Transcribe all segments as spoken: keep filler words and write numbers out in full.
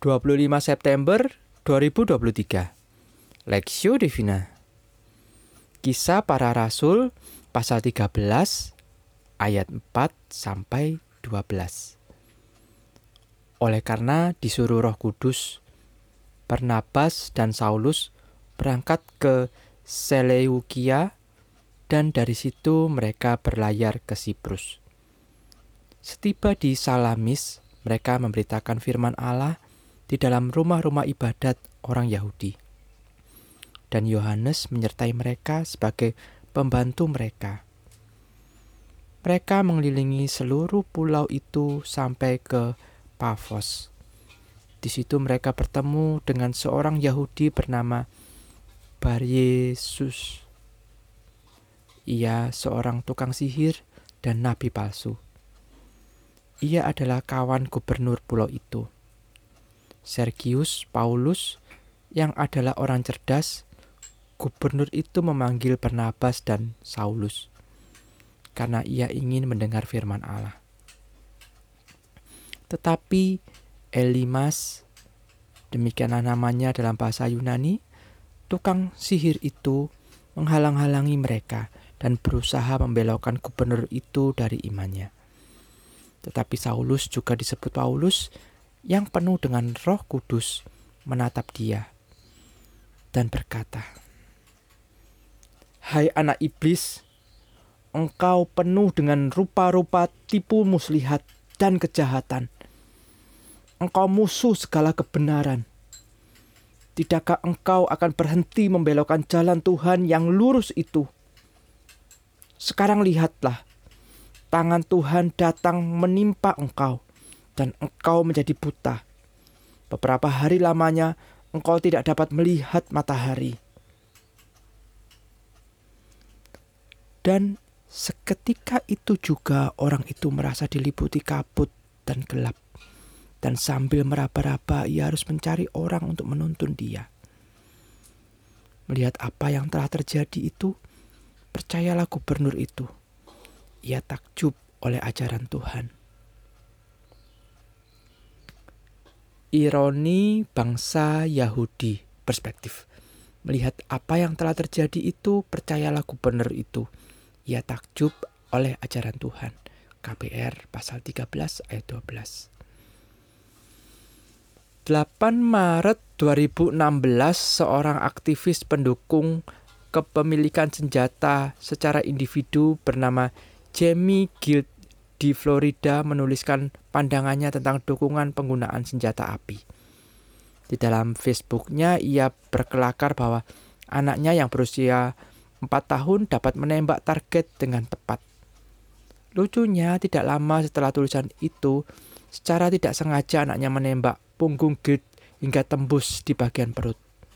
dua puluh lima September dua ribu dua puluh tiga. Lectio Divina. Kisah Para Rasul pasal tiga belas ayat empat sampai dua belas. Oleh karena disuruh Roh Kudus, Barnabas dan Saulus berangkat ke Seleukia dan dari situ mereka berlayar ke Siprus. Setiba di Salamis, mereka memberitakan firman Allah di dalam rumah-rumah ibadat orang Yahudi. Dan Yohanes menyertai mereka sebagai pembantu mereka. Mereka mengelilingi seluruh pulau itu sampai ke Pafos. Di situ mereka bertemu dengan seorang Yahudi bernama Bar-Yesus. Ia seorang tukang sihir dan nabi palsu. Ia adalah kawan gubernur pulau itu, Sergius Paulus, yang adalah orang cerdas. Gubernur itu memanggil Barnabas dan Saulus karena ia ingin mendengar firman Allah. Tetapi Elimas, demikianlah namanya dalam bahasa Yunani, tukang sihir itu menghalang-halangi mereka dan berusaha membelokkan gubernur itu dari imannya. Tetapi Saulus, juga disebut Paulus, yang penuh dengan Roh Kudus, menatap dia dan berkata, "Hai anak iblis, engkau penuh dengan rupa-rupa tipu muslihat dan kejahatan. Engkau musuh segala kebenaran. Tidakkah engkau akan berhenti membelokkan jalan Tuhan yang lurus itu? Sekarang lihatlah, tangan Tuhan datang menimpa engkau, dan engkau menjadi buta. Beberapa hari lamanya engkau tidak dapat melihat matahari." Dan seketika itu juga orang itu merasa diliputi kabut dan gelap. Dan sambil meraba-raba ia harus mencari orang untuk menuntun dia. Melihat apa yang telah terjadi itu, percayalah gubernur itu. Ia takjub oleh ajaran Tuhan. Ironi bangsa Yahudi perspektif. Melihat apa yang telah terjadi itu, percayalah gubernur itu. Ia takjub oleh ajaran Tuhan. K B R pasal tiga belas ayat dua belas. delapan Maret dua ribu enam belas, seorang aktivis pendukung kepemilikan senjata secara individu bernama Jamie Guild di Florida menuliskan pandangannya tentang dukungan penggunaan senjata api. Di dalam Facebooknya, ia berkelakar bahwa anaknya yang berusia empat tahun dapat menembak target dengan tepat. Lucunya, tidak lama setelah tulisan itu, secara tidak sengaja anaknya menembak punggung Guild hingga tembus di bagian perut.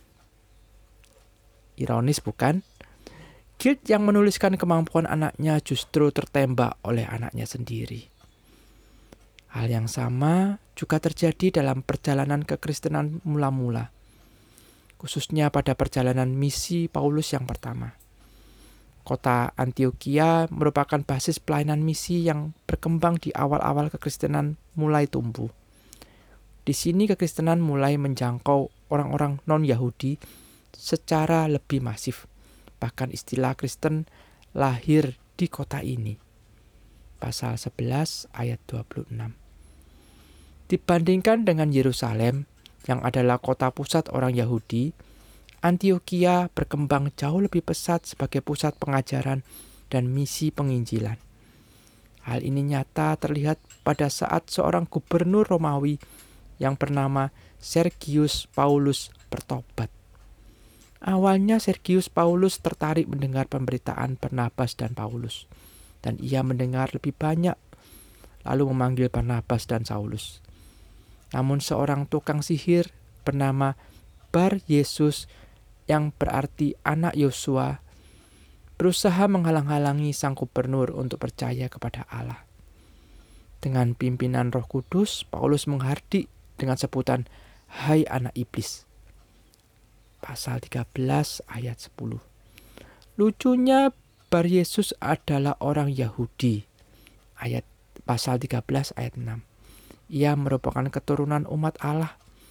Ironis bukan? Guild yang menuliskan kemampuan anaknya justru tertembak oleh anaknya sendiri. Hal yang sama juga terjadi dalam perjalanan kekristenan mula-mula, khususnya pada perjalanan misi Paulus yang pertama. Kota Antioquia merupakan basis pelayanan misi yang berkembang di awal-awal kekristenan mulai tumbuh. Di sini kekristenan mulai menjangkau orang-orang non-Yahudi secara lebih masif. Bahkan istilah Kristen lahir di kota ini. Pasal sebelas ayat dua puluh enam. Dibandingkan dengan Yerusalem yang adalah kota pusat orang Yahudi, Antioquia berkembang jauh lebih pesat sebagai pusat pengajaran dan misi penginjilan. Hal ini nyata terlihat pada saat seorang gubernur Romawi yang bernama Sergius Paulus bertobat. Awalnya Sergius Paulus tertarik mendengar pemberitaan Barnabas dan Paulus, dan ia mendengar lebih banyak, lalu memanggil Barnabas dan Saulus. Namun seorang tukang sihir bernama Bar-Yesus, yang berarti anak Yosua, berusaha menghalang-halangi sang gubernur untuk percaya kepada Allah. Dengan pimpinan Roh Kudus, Paulus menghardik dengan sebutan, "Hai anak iblis." Pasal tiga belas ayat sepuluh. Lucunya, Bar-Yesus adalah orang Yahudi. Ayat pasal tiga belas ayat enam. Ia merupakan keturunan umat Allah.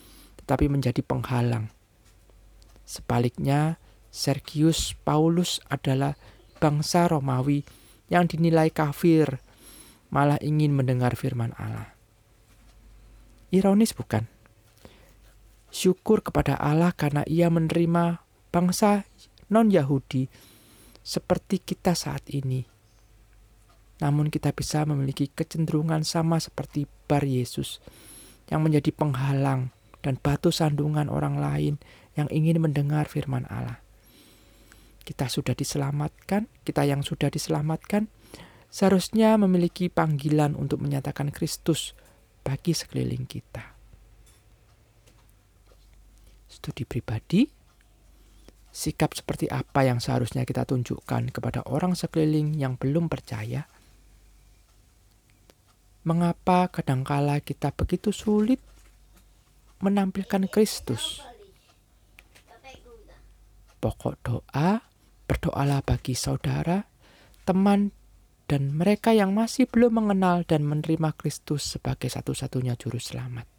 tetapi menjadi penghalang. Sebaliknya, Sergius Paulus adalah bangsa Romawi yang dinilai kafir, malah ingin mendengar firman Allah. Ironis bukan? Syukur kepada Allah karena ia menerima bangsa non-Yahudi seperti kita saat ini. Namun kita bisa memiliki kecenderungan sama seperti Bar Yesus yang menjadi penghalang dan batu sandungan orang lain yang ingin mendengar firman Allah. Kita sudah diselamatkan, kita yang sudah diselamatkan, seharusnya memiliki panggilan untuk menyatakan Kristus bagi sekeliling kita. Studi pribadi, sikap seperti apa yang seharusnya kita tunjukkan kepada orang sekeliling yang belum percaya? Mengapa kadangkala kita begitu sulit menampilkan Kristus? Pokok doa, berdoalah bagi saudara, teman, dan mereka yang masih belum mengenal dan menerima Kristus sebagai satu-satunya juru selamat.